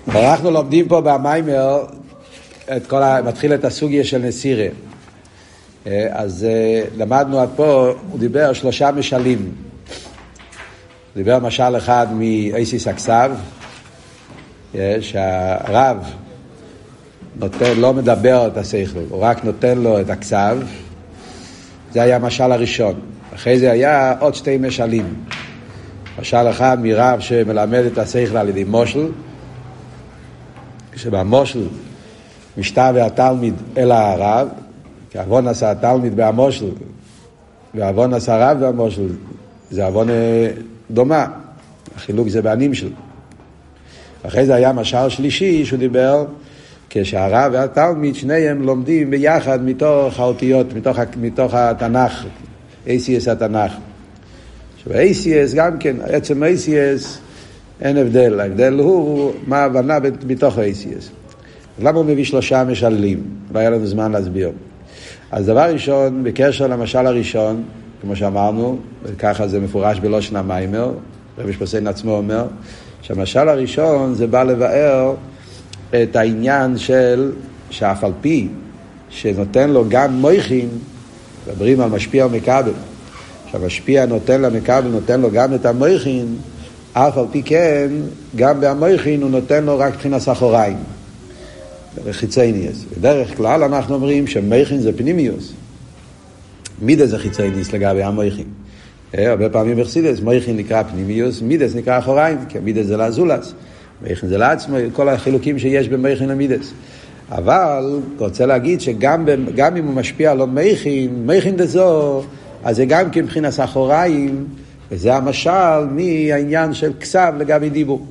אנחנו לומדים פה במיימר מתחיל את הסוגיה של נסירה. אז למדנו עד פה, הוא דיבר 3 משלים. הוא דיבר משל אחד מאיסיס הכסב, שהרב נותן, לא מדבר את השכל, הוא רק נותן לו את הכסב. זה היה משל הראשון. אחרי זה היה עוד 2 משלים. משל אחד מרב שמלמד את השכל על ידי מושל, כשבמושל משתווה התלמיד אל הרב, כי אבון עשה התלמיד במושל, ואבון עשה רב במושל, זה אבון דומה, החילוק זה בענים שלו. אחרי זה היה משל שלישי שהוא דיבר, כשהרב והתלמיד שניהם לומדים ביחד מתוך האותיות, מתוך התנ"ך, ACS התנ"ך. ב-ACS גם כן, עצם ACS אין הבדל, ההבדל הוא מה ההבנה בתוך ה-ACS. למה הוא מביא 3 משלים? לא היה לנו זמן להסביר. אז דבר ראשון, בקשר למשל הראשון, כמו שאמרנו, וככה זה מפורש בלושן המיימר, רבי שפוסיין עצמו אומר, שהמשל הראשון זה בא לבאר את העניין של שאף על פי שנותן לו גם מויכין, מדברים על משפיע ומקבל, שהמשפיע נותן למקבל, נותן לו גם את המויכין, אף על פי כן, גם במויכין הוא נותן לו רק בחינת אחוריים. חיצייניוס. בדרך כלל אנחנו אומרים שמויכין זה פנימיוס. מידס זה חיצייניוס לגבי המויכין. הרבה פעמים בחסידות, מויכין נקרא פנימיוס, מידס נקרא אחוריים, כי מידס זה לאזולס. מויכין זה לעצמו, כל החילוקים שיש במויכין למידס. אבל רוצה להגיד שגם אם הוא משפיע על מויכין דזו, אז זה גם כן בחינת אחוריים, וזה המשל מהעניין של כסב לגבי דיבור.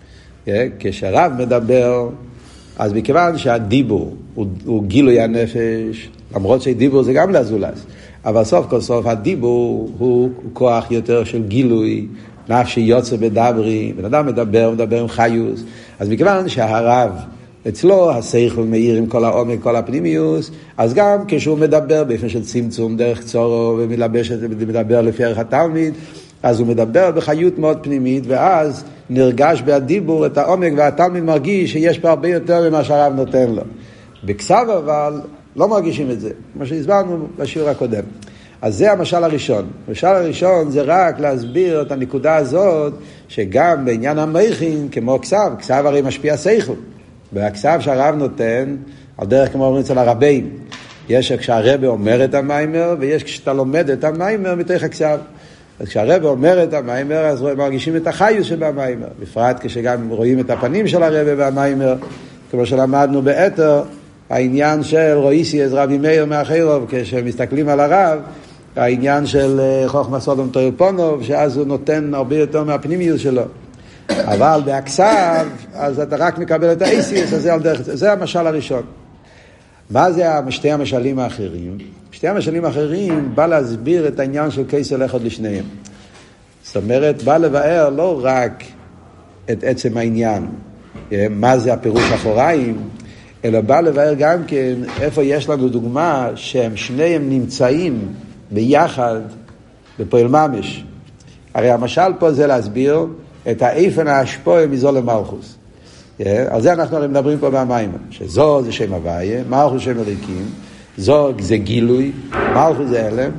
כשרב מדבר, אז מכיוון שהדיבור הוא גילוי הנפש, למרות שדיבור זה גם לזולס, אבל סוף כל סוף הדיבור הוא כוח יותר של גילוי, נפשי יוצא בדברי, בן אדם מדבר עם חיוס. אז מכיוון שהרב אצלו השכל מאיר עם כל העומק, כל הפנימיוס, אז גם כשהוא מדבר באופן של צמצום דרך קצורו ומדבר לפי ערך התלמיד, אז הוא מדבר בחיות מאוד פנימית, ואז נרגש בהדיבור את העומק, והתלמיד מרגיש שיש פה הרבה יותר ממה שהרב נותן לו. בכסב אבל לא מרגישים את זה, כמו שהסברנו בשיעור הקודם. אז זה המשל הראשון. המשל הראשון זה רק להסביר את הנקודה הזאת, שגם בעניין המויכין, כמו כסב, כסב הרי משפיע שכל. והכסב שהרב נותן, על דרך כמו אומרים אצל הרבים, יש כשהרב אומר את המיימר, ויש כשאתה לומד את המיימר מתוך הכסב. אז כשהרב אומר את המיימר, אז מרגישים את החיוס שבמיימר. בפרט כשגם רואים את הפנים של הרב במיימר, כמו שלמדנו באתר, העניין של רויסיאס רבי מאיר מאחרוב, כשמסתכלים על הרב, העניין של חוכמה סודום תויר פונוב, שאז הוא נותן הרבה יותר מהפנימיות שלו. אבל בהכסב, אז אתה רק מקבל את ה-ACS, אז זה המשל הראשון. מה זה 2 המשלים האחרים? 2 המשלים האחרים בא להסביר את העניין של כסל אחד לשניהם. זאת אומרת, בא לבאר לא רק את עצם העניין, מה זה הפירוש אחוריים, אלא בא לבאר גם כן איפה יש לנו דוגמה שהם שניהם נמצאים ביחד בפועל ממש. הרי המשל פה זה להסביר את האיפן ההשפוע מזו למלכוס. על זה אנחנו הרי מדברים פה במיימר, שזו זה שם הוויה, מלכוס שם הליקים, זו זה גילוי, מלכוס זה הלם,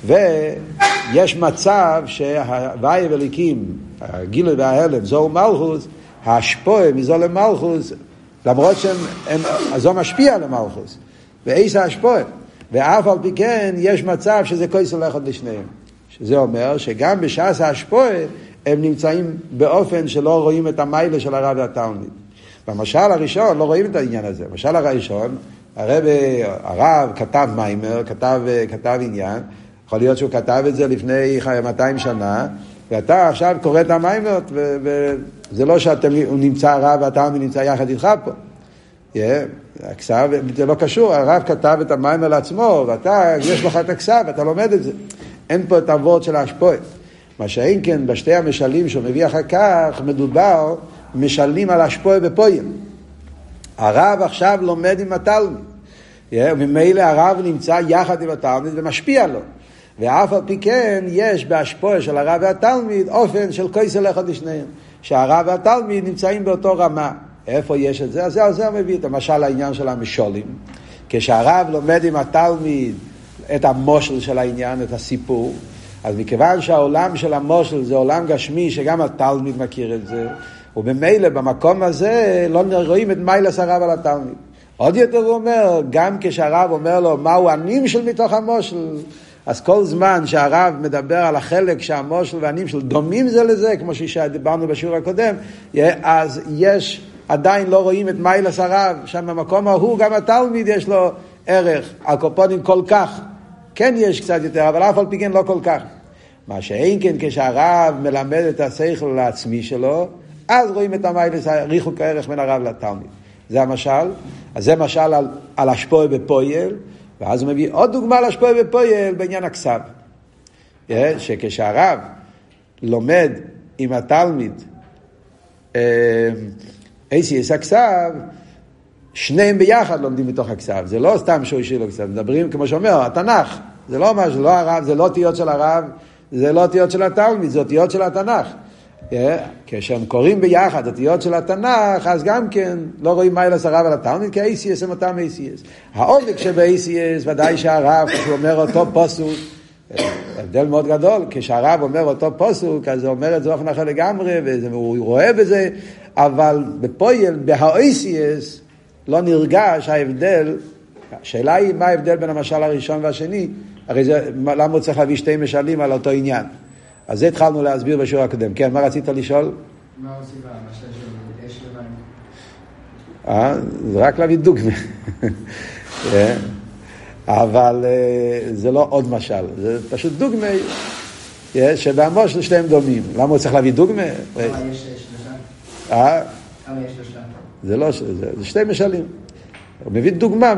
ויש מצב שההוויה וליקים, הגילוי וההלם, זו מלכוס, ההשפוע מזו למלכוס, למרות שזו משפיע למלכוס, ואיס ההשפוע, ואף על פי כן יש מצב שזה כויסל אחד לשניהם, שזה אומר שגם בשעס ההשפוע הם נמצאים באופן שלא רואים את המיילה של הרב והתלמיד. במשל הראשון לא רואים את העניין הזה. במשל הראשון, הרב כתב מיימר, כתב עניין, יכול להיות שהוא כתב את זה לפני 200 שנה, ואתה עכשיו קורא את המיימר, וזה לא שהוא נמצא הרב והתלמיד נמצא יחד איתך פה. זה לא קשור, הרב כתב את המיימר לעצמו, ואתה, יש לך את הכסף, אתה לומד את זה. אין פה את הוורד של ההשפוע. מה שאין כן, בשתי המשלים שהוא מביא אחר כך, מדובר משלים על השפוע בפוים. הרב עכשיו לומד עם התלמיד, וממילא הרב נמצא יחד עם התלמיד ומשפיע לו. ואף על פי כן יש בהשפוע של הרב והתלמיד אופן של כויסל אחד לשניהם, שהרב והתלמיד נמצאים באותו רמה. איפה יש את זה? אז זה מביא את המשל העניין של המשולים. כשהרב לומד עם התלמיד את המושל של העניין, את הסיפור, אז מכיוון שהעולם של המושל זה עולם גשמי, שגם התלמיד מכיר את זה, ובמילא במקום הזה לא רואים את מיילס הרב על התלמיד. עוד יותר הוא אומר, גם כשהרב אומר לו מהו הנמשל מתוך המושל, אז כל זמן שהרב מדבר על החלק שהמושל והנמשל דומים זה לזה, כמו שדיברנו בשיעור הקודם, אז יש, עדיין לא רואים את מיילס הרב, שם במקום ההוא גם התלמיד יש לו ערך, הקופונים כל כך, כן יש קצת יותר, אבל אף על פי כן לא כל כך. מה שאין כן כשהרב מלמד את השכל לעצמי שלו, אז רואים את המיילס, ריחוק הערך בין הרב לתלמיד. זה המשל. אז זה משל על השפועה בפועל, ואז הוא מביא עוד דוגמה להשפועה בפועל בעניין הכסב. שכשהרב לומד עם התלמיד ACS הכסב, שניהם ביחד לומדים מתוך הכסב. זה לא סתם שהוא השאיר לו כסב. מדברים כמו שאומר, התנ"ך. זה לא משהו, לא הרב, זה לא תיות של הרב, זה לא תיות של התלמיד, זה תיות של התנ"ך. כשהם קוראים ביחד אותיות של התנ"ך, אז גם כן לא רואים מיילס הרב על התלמיד, כי ACS הם אותם ACS. העומק שב-ACS, ודאי שהרב, כשהוא אומר אותו פסוק, הבדל מאוד גדול, כשהרב אומר אותו פסוק, אז הוא אומר את זה אופן אחר לגמרי, והוא רואה בזה, אבל בפועל, ב-ACS, לא נרגש ההבדל. השאלה היא מה ההבדל בין המשל הראשון והשני, הרי זה, למה הוא צריך להביא שתי משלים על אותו עניין? אז זה התחלנו להסביר בשיעור הקודם. כן, מה רצית לשאול? מה עושים במשל של אש למים? זה רק להביא דוגמה. אבל זה לא עוד משל, זה פשוט דוגמה שבהמושל שניהם דומים. למה הוא צריך להביא דוגמה? כמה יש שלושה? כמה יש שלושה? זה לא, זה שתי משלים. הוא מביא דוגמה,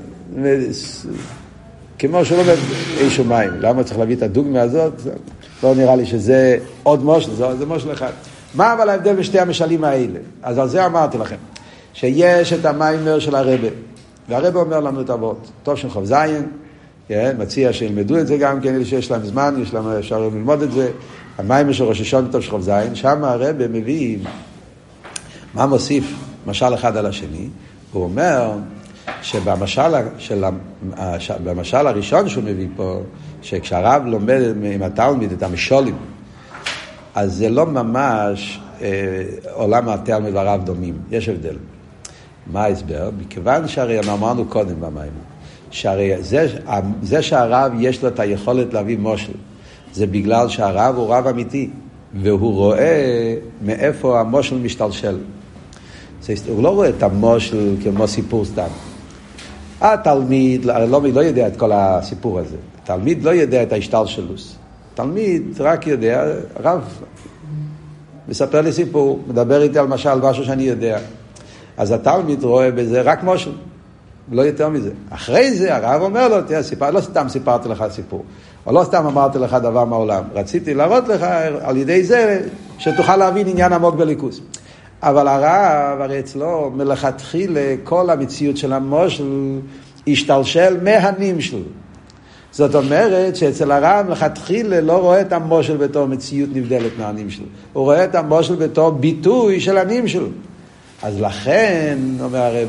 כמו שהוא לומד אש ומים. למה צריך להביא את הדוגמה הזאת? לא נראה לי שזה עוד מושל, זה מושל אחד. מה אבל ההבדל בשתי המשלים האלה? אז על זה אמרתי לכם, שיש את המיימר של הרבא, והרבא אומר לנו את אבות, טוב של חוב זין, מציע שילמדו את זה גם כן, אלה שיש להם זמן, יש להם אפשר ללמוד את זה, המיימר של ראש השון טוב של חוב זין, שם הרבא מביא, מה מוסיף משל אחד על השני, הוא אומר שבמשל הראשון שהוא מביא פה, שכשהרב לומד עם התלמיד את המשולים, אז זה לא ממש עולם התלמיד והרב דומים, יש הבדל. מה ההסבר? מכיוון שהרי אמרנו קודם במים, שהרי זה שהרב יש לו את היכולת להביא מושל, זה בגלל שהרב הוא רב אמיתי, והוא רואה מאיפה המושל משתלשל. הוא לא רואה את המושל כמו סיפור סתם. התלמיד לא יודע את כל הסיפור הזה. התלמיד לא יודע את ההשתלשלוס. התלמיד רק יודע, הרב מספר לי סיפור, מדבר איתי על משהו שאני יודע. אז התלמיד רואה בזה רק מושל, לא יותר מזה. אחרי זה הרב אומר לו, לא סתם סיפרתי לך סיפור, או לא סתם אמרתי לך דבר מהעולם, רציתי להראות לך על ידי זה שתוכל להבין עניין עמוק בליכוס. אבל הרב, הרי אצלו מלכתחילה כל המציאות של המושל השתלשל מהנמשל. זאת אומרת שאצל הרב מלכתחילה לא רואה את המושל בתור מציאות נבדלת מהנמשל. הוא רואה את המושל בתור ביטוי של הנמשל. אז לכן, אומר הרב,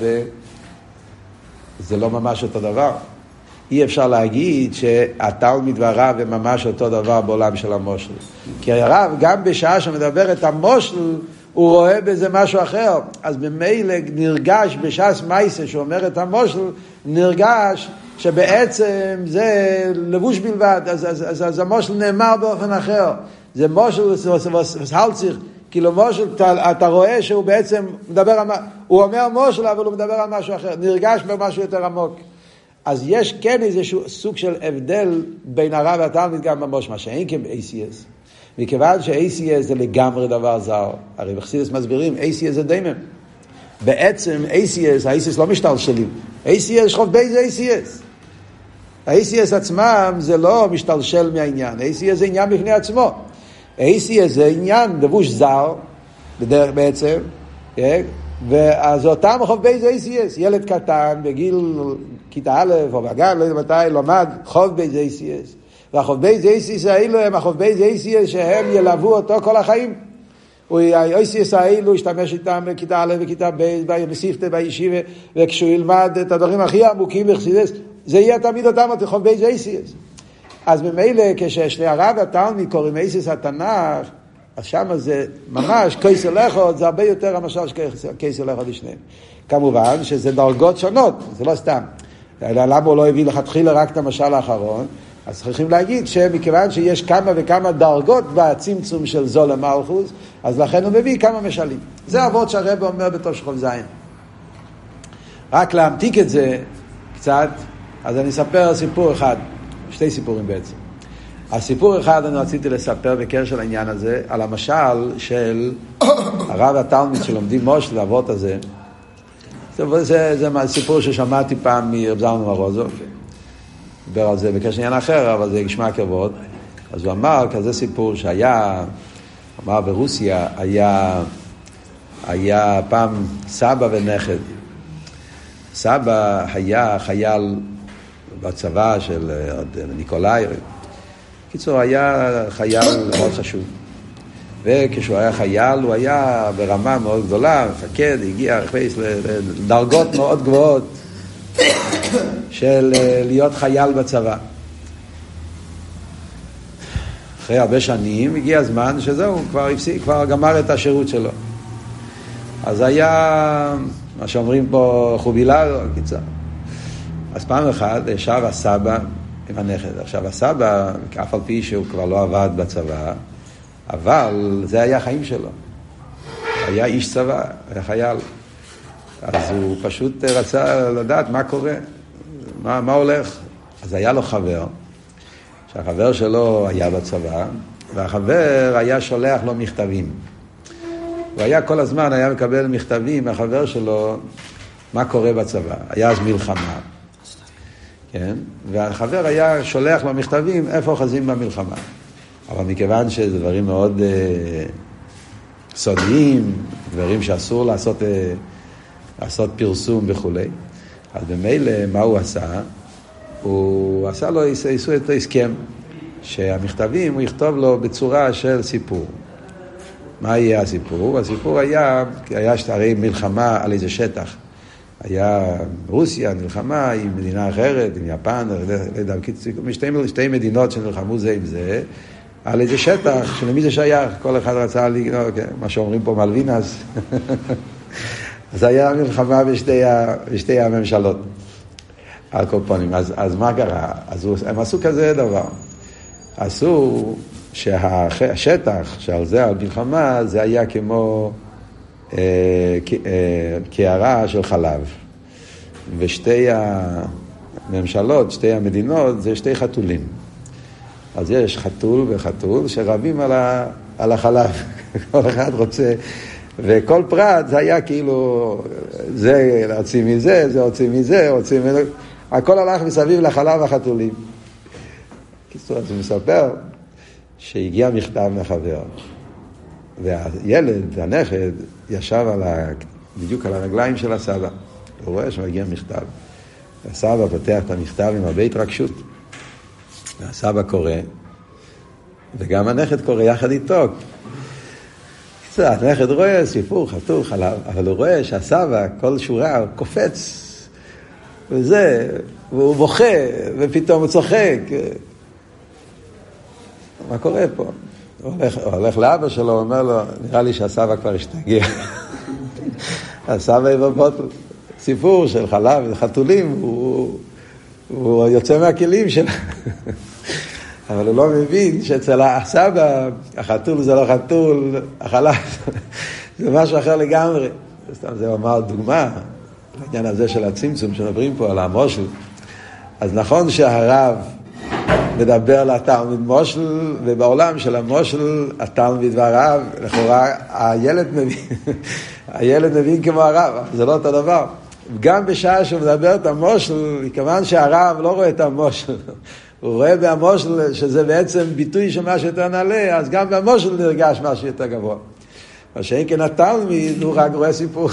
זה לא ממש אותו דבר. אי אפשר להגיד שהתלמיד והרב הם ממש אותו דבר בעולם של המושל. כי הרב, גם בשעה שמדבר את המושל, הוא רואה בזה משהו אחר. אז במילא נרגש בשעס מייסה שאומר את המושל, נרגש שבעצם זה לבוש בלבד. אז המושל נאמר באופן אחר. זה מושל וסהלציר. כאילו מושל, אתה רואה שהוא בעצם מדבר על הוא אומר מושל, אבל הוא מדבר על משהו אחר. נרגש במשהו יותר עמוק. אז יש כן איזשהו סוג של הבדל בין הרב והתלמיד גם במושל, מה שאין כ-ACS. מכיוון ש-ACS זה לגמרי דבר זר. הרי בחסידות מסבירים, ACS זה דיימם. בעצם ACS לא משתלשלים. ACS, שחוב בי זה ACS. ה-ACS עצמם זה לא משתלשל מהעניין. ACS זה עניין בפני עצמו. ACS זה עניין דבוש זר, בדרך בעצם, ואז אותם חוב בי זה ACS. ילד קטן בגיל כיתה א' או בגן, לא יודע מתי, לומד חוב בי זה ACS. והחוב בי זה ACS האלו הם החוב בי זה ACS שהם ילוו אותו כל החיים. האויסיס האלו השתמש איתם בכיתה א' וכיתה ב', בסיפתא, בישיבה, וכשהוא ילמד את הדברים הכי עמוקים בחסידות, זה יהיה תמיד אותם התיכון בייס אייסיס. אז ממילא כששני הרב והתלמיד קוראים אייסיס התנ"ך, אז שם זה ממש קייס הלכות, זה הרבה יותר המשל של קייס הלכות לשניהם. כמובן שזה דרגות שונות, זה לא סתם. למה הוא לא הביא לכתחילה רק את המשל האחרון? אז צריכים להגיד שמכיוון שיש כמה וכמה דרגות בצמצום של זול למלכוס, אז לכן הוא מביא כמה משלים. זה אבות שהרב אומר בתושכוב זין. רק להמתיק את זה קצת, אז אני אספר סיפור אחד, שתי סיפורים בעצם. הסיפור אחד אני רציתי לספר בקשר של העניין הזה, על המשל של הרב התלמיד שלומדים מושל לאבות הזה. זה סיפור ששמעתי פעם מרב זלמן מרוזוב, דיבר על זה בקשר לעניין אחר, אבל זה ישמע כבוד. אז הוא אמר כזה סיפור שהיה, אמר ברוסיה, היה פעם סבא ונכד. סבא היה חייל בצבא של ניקולאי. קיצור, היה חייל מאוד חשוב. וכשהוא היה חייל, הוא היה ברמה מאוד גדולה, מפקד, הגיע לדרגות מאוד גבוהות של להיות חייל בצבא. אחרי הרבה שנים הגיע הזמן שזהו, כבר גמר את השירות שלו. אז היה, מה שאומרים פה, חובילה, קיצר. אז פעם אחת ישב הסבא עם הנכד. עכשיו הסבא, אף על פי שהוא כבר לא עבד בצבא, אבל זה היה החיים שלו. היה איש צבא, היה חייל. אז הוא פשוט רצה לדעת מה קורה, מה הולך. אז היה לו חבר, שהחבר שלו היה בצבא, והחבר היה שולח לו מכתבים. הוא היה כל הזמן, היה מקבל מכתבים מהחבר שלו, מה קורה בצבא. היה אז מלחמה. כן? והחבר היה שולח לו מכתבים, איפה אוחזים במלחמה. אבל מכיוון שזה דברים מאוד סודיים, דברים שאסור לעשות פרסום וכו'. אז במילא מה הוא עשה? הוא עשה לו את ההסכם, שהמכתבים הוא יכתוב לו בצורה של סיפור. מה יהיה הסיפור? הסיפור היה הרי מלחמה על איזה שטח. היה רוסיה, מלחמה עם מדינה אחרת, עם יפן, שתי מדינות שנלחמו זה עם זה, על איזה שטח שלמי זה שייך, כל אחד רצה לגנוב, מה שאומרים פה מלווינס. אז היה מלחמה בשתי הממשלות, על כל פנים. אז מה קרה? אז הם עשו כזה דבר. עשו שהשטח שעל זה, על מלחמה, זה היה כמו קערה של חלב. ושתי הממשלות, שתי המדינות, זה שתי חתולים. אז יש חתול וחתול שרבים על החלב. כל אחד רוצה, וכל פרט זה היה כאילו, זה רוצים מזה, זה רוצים מזה, רוצים מזה. הכל הלך מסביב לחלב החתולים. קיצור, אז הוא מספר שהגיע מכתב מחבר. והילד, הנכד, ישב בדיוק על הרגליים של הסבא. הוא רואה שמגיע מכתב. הסבא פותח את המכתב עם הרבה התרגשות. והסבא קורא, וגם הנכד קורא יחד איתו. קצת, הנכד רואה סיפור, חתול, חלב, אבל הוא רואה שהסבא, כל שורה, הוא קופץ, וזה, והוא בוכה, ופתאום הוא צוחק. מה קורה פה? הוא הולך לאבא שלו, הוא אומר לו, נראה לי שהסבא כבר השתגע. הסבא יבבות, סיפור של חלב וחתולים, הוא יוצא מהכלים שלו. אבל הוא לא מבין שאצל הסבא, החתול זה לא חתול, החלב זה משהו אחר לגמרי. זה אמר דוגמה, לעניין הזה של הצמצום שנדברים פה על המושל. אז נכון שהרב מדבר לתלמיד מושל, ובעולם של המושל, התלמיד והרב, לכאורה הילד מבין כמו הרב, זה לא אותו דבר. גם בשעה שהוא מדבר את המושל, כיוון שהרב לא רואה את המושל, הוא רואה במושל שזה בעצם ביטוי של משהו יותר נעלה, אז גם במושל נרגש משהו יותר גבוה. מה שאין כן התלמיד, הוא רק רואה סיפור.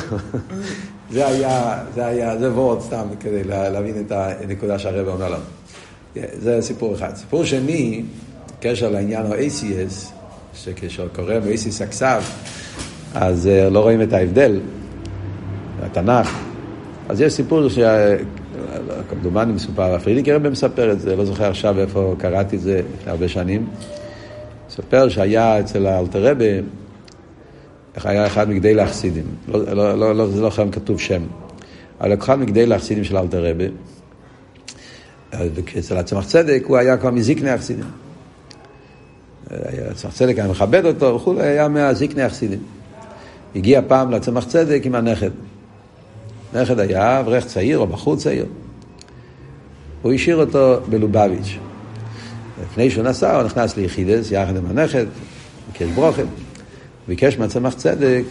זה וורד סתם כדי להבין את הנקודה שהרב אומר לנו. זה סיפור אחד. סיפור שני, קשר לעניין ה-ACS, שכשקורא ב-ACS הכסף, אז לא רואים את ההבדל, התנ"ך. אז יש סיפור כמדומני מסופר, פרידיקי רבי מספר את זה, לא זוכר עכשיו איפה קראתי את זה לפני הרבה שנים. מספר שהיה אצל האלטר רבי, היה אחד מגדי לחסידים, זה לא חייב כתוב שם, אבל אחד מגדי לחסידים של האלטר רבי, אצל הצמח צדק הוא היה כבר מזיקני החסידים. הצמח צדק היה מכבד אותו וכו', היה מהזיקני החסידים. הגיע פעם לצמח צדק עם הנכד. נכד היה אברך צעיר או בחור צעיר. הוא השאיר אותו בלובביץ'. לפני שהוא נסע, הוא נכנס ליחידס יחד עם הנכד, ביקש ברוכם. ביקש מהצמח צדק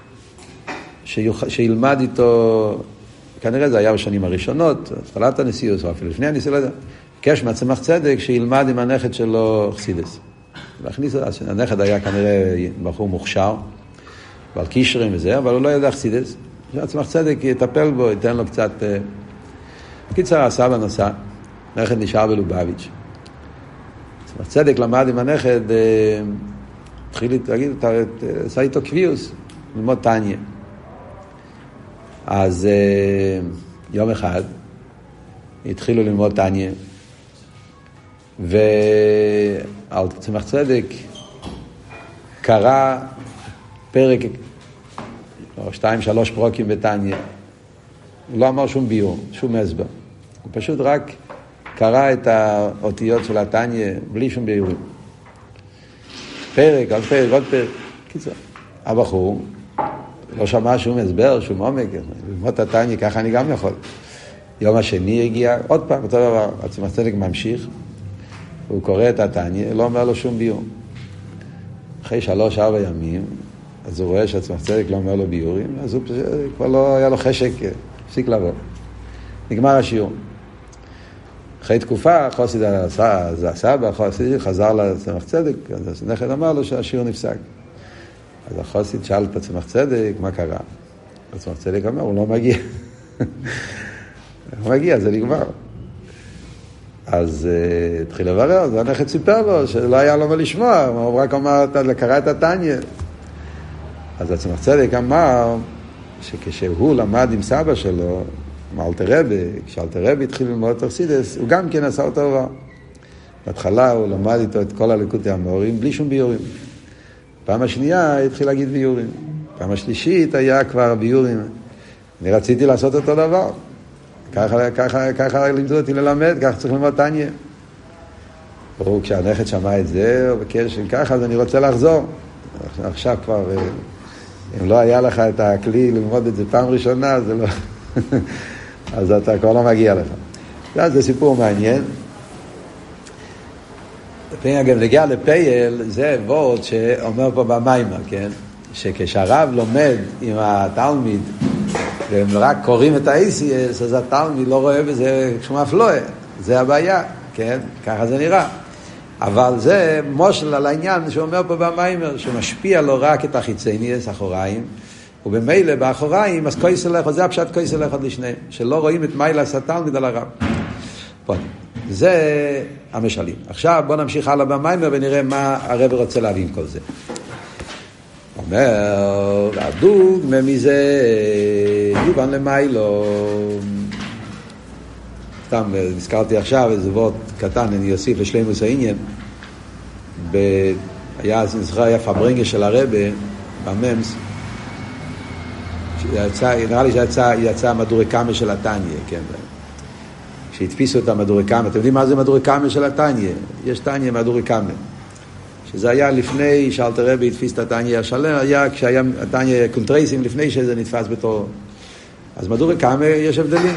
שילמד איתו, כנראה זה היה בשנים הראשונות, התחלת הנשיאות, או אפילו לפני הנשיאות, ביקש מהצמח צדק שילמד עם הנכד שלו חסידס. הנכד היה כנראה בחור מוכשר, בעל קישרים וזה, אבל הוא לא ידע חסידס. הצמח צדק יטפל בו, ייתן לו קצת... קיצר, הסבא נסע, הנכד נשאר בלובביץ'. הצמח צדק למד עם הנכד, התחיל להגיד, עשה איתו קביוס, ללמוד טניה. אז יום אחד התחילו ללמוד טניה, ועל צמח צדק קרא פרק, או 2-3 פרוקים בטניה. הוא לא אמר שום ביור, שום הסבר. הוא פשוט רק קרא את האותיות של הטניה בלי שום ביורים. פרק, עוד פרק, עוד פרק. קיצור, הבחור לא שמע שום הסבר, שום עומק. ללמוד את הטניה, ככה אני גם יכול. יום השני הגיע, עוד פעם, אותו דבר. הצמח צדק ממשיך, הוא קורא את הטניה, לא אומר לו שום ביור. אחרי 3-4 ימים, אז הוא רואה שהצמח צדק לא אומר לו ביורים, אז הוא כבר לא היה לו חשק, הפסיק לבוא. נגמר השיעור. אחרי תקופה, חסיד הסבא, חסיד חזר לצמח צדק, אז הנכד אמר לו שהשיעור נפסק. אז החסיד שאל את הצמח צדק, מה קרה? הצמח צדק אמר, הוא לא מגיע. הוא מגיע, זה נגמר. אז התחיל לברר, אז הנכד סיפר לו שלא היה לו מה לשמוע, הוא רק אמר, קרא את הטניה. אז הצמח צדק אמר שכשהוא למד עם סבא שלו, עם אלתר רבי, כשאלתר רבי התחיל ללמוד את חסידס, הוא גם כן עשה אותו דבר. בהתחלה הוא למד איתו את כל הליקוטי המאורים, בלי שום ביורים. פעם השנייה התחיל להגיד ביורים. פעם השלישית היה כבר ביורים. אני רציתי לעשות אותו דבר. ככה לימדו אותי ללמד, ככה צריך ללמוד טניה. כשהנכד שמע את זה, הוא בקש ככה, אז אני רוצה לחזור. עכשיו כבר, אם לא היה לך את הכלי ללמוד את זה פעם ראשונה, זה לא... אז אתה כבר לא מגיע לך. זה סיפור מעניין. גם נגיע לפייל, זה וורד שאומר פה במיימר, כן? שכשהרב לומד עם התלמיד, והם רק קוראים את ה-ACS, אז התלמיד לא רואה בזה שום אפלואה. זה הבעיה, כן? ככה זה נראה. אבל זה מושל על העניין שאומר פה במיימר, שמשפיע לא רק את החיצייניס, אחוריים, ובמילא באחוריים, אז כויסל אחד, זה הפשט כויסל אחד לשניהם, שלא רואים את מיילה התלמיד על הרב. זה המשלים. עכשיו בוא נמשיך הלאה במיימר ונראה מה הרב רוצה להבין כל זה. אומר, הדוגמה מזה יובן למיילו. סתם נזכרתי עכשיו איזה וורט קטן, אני אוסיף לשלימוס העניין. היה פברנגה של הרבי בממס, נראה לי שיצא מדורקמה של הטניה, כן. כשהתפיסו את המדורקמה, אתם יודעים מה זה מדורקמה של הטניה? יש טניה מדורקמה. שזה היה לפני שאלתר רבי התפיס את הטניה השלם, היה כשהיה הטניה קונטרייסים לפני שזה נתפס בתור. אז מדורקמה יש הבדלים.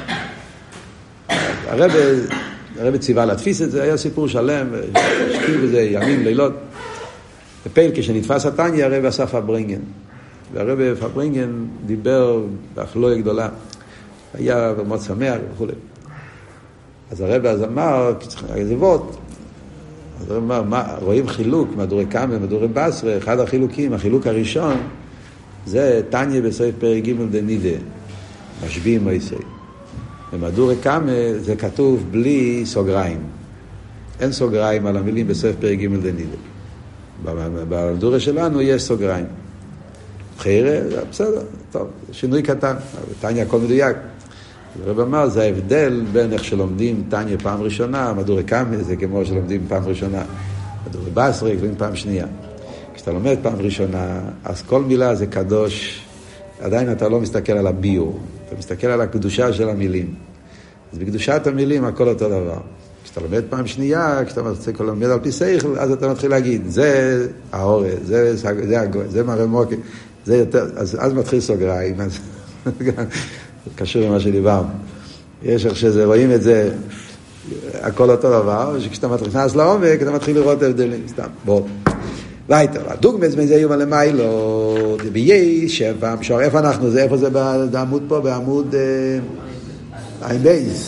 הרבי ציווה להתפיס את זה, היה סיפור שלם, השקיעו בזה ימים, לילות. בפייל כשנתפס הטניה, הרבי עשה פברנגן. והרבי פברנגן דיבר באחלויה גדולה. היה מאוד שמח וכו'. אז הרבי אז אמר, איזה וורט, אז הרבי אמר, רואים חילוק, מדורי קאמה, מדורי בסרה, אחד החילוקים, החילוק הראשון, זה טניה בסוף פרק ג' דנידה, משביעים מייסי. במדורי קאמה זה כתוב בלי סוגריים. אין סוגריים על המילים בסוף פרק ג' דנידה. במדורי שלנו יש סוגריים. בחירה, בסדר, טוב, שינוי קטן, תניא הכל מדויק. הרב אמר, זה ההבדל בין איך שלומדים תניא פעם ראשונה, מדורי קמא זה כמו שלומדים פעם ראשונה, מדורי בסרי, כלומדים פעם שנייה. כשאתה לומד פעם ראשונה, אז כל מילה זה קדוש, עדיין אתה לא מסתכל על הביור, אתה מסתכל על הקדושה של המילים. אז בקדושת המילים הכל אותו דבר. כשאתה לומד פעם שנייה, כשאתה לומד על פי שכל, אז אתה מתחיל להגיד, זה האורס, זה הגוי, זה מרמוקי, זה יותר, אז מתחיל סוגריים, אז קשור למה שדיברנו. יש איך שזה, רואים את זה, הכל אותו דבר, שכשאתה נכנס לעומק, אתה מתחיל לראות הבדלים, סתם, בוא. weiter, הדוגמא בין זה יומה למיילו, דביי שבע, משור, איפה אנחנו? איפה זה בעמוד פה? בעמוד עין בייס.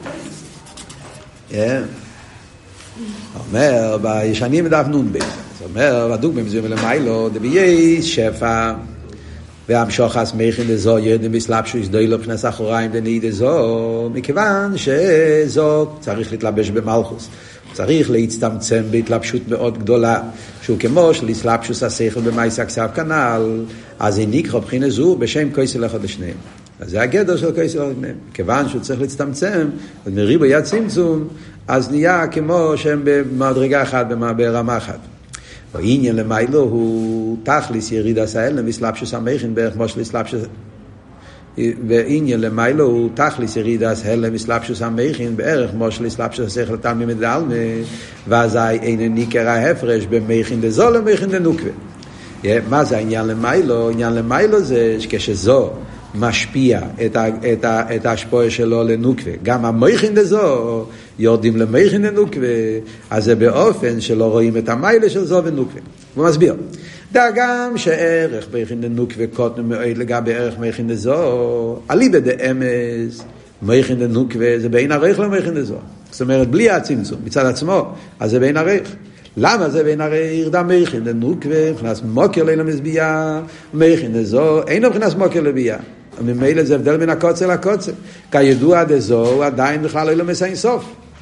אומר, בישנים בדף נון בייס. אומר, הדוגמא בין זה יומה למיילו, דביי שבע, והמשוחס מייכין דזו ירדם בסלאפשו יסדוי לו פנס אחוריים דנאי דזו, מכיוון שזו צריך להתלבש במלכוס. צריך להצטמצם בהתלבשות מאוד גדולה, שהוא כמו שלסלאפשוס השכל במייס הכסף כנל, אז היא נקרא בחינה זו בשם כויסל אחד לשניהם. אז זה הגדר של כויסל אחד לשניהם. כיוון שהוא צריך להצטמצם, אז מריבו יד צמצום, אז נהיה כמו שהם במדרגה אחת, ברמה אחת. העניין למיילו הוא תכליס ירידה סהל מסלאפשוס המכין בערך כמו שלסלאפשוס, ועניין למיילו הוא תכליס ירידס הלם מסלאפשוס המכין בערך כמו שלסלאפשוס השכל תמי מדלמה, ואזי אין ניקר ההפרש במכין דזו למכין דנוקווה. מה זה העניין למיילו? העניין למיילו זה כשזו משפיע את ההשפועה שלו לנוקווה. גם המכין דזו יורדים למכין דנוקווה, אז זה באופן שלא רואים את המיילה של זו ונוקווה. הוא מסביר. דגם שערך מכין דנוקווה קוטנו מאוד לגבי ערך מכין דזו, אליבא דאמס, מכין דנוקווה זה בין ערך למכין דזו. זאת אומרת, בלי הצמצום, מצד עצמו, אז זה בין ערך. למה זה בין ערך? ירדם מכין דנוקווה, מבחינת מוקר לילה מזביעה, מכין דזו, אינו מבחינת מוקר לביעה. ממילא זה הבדל בין הקוצר לקוצר. כידוע דזו, עדיין בכלל לא מסיים סוף.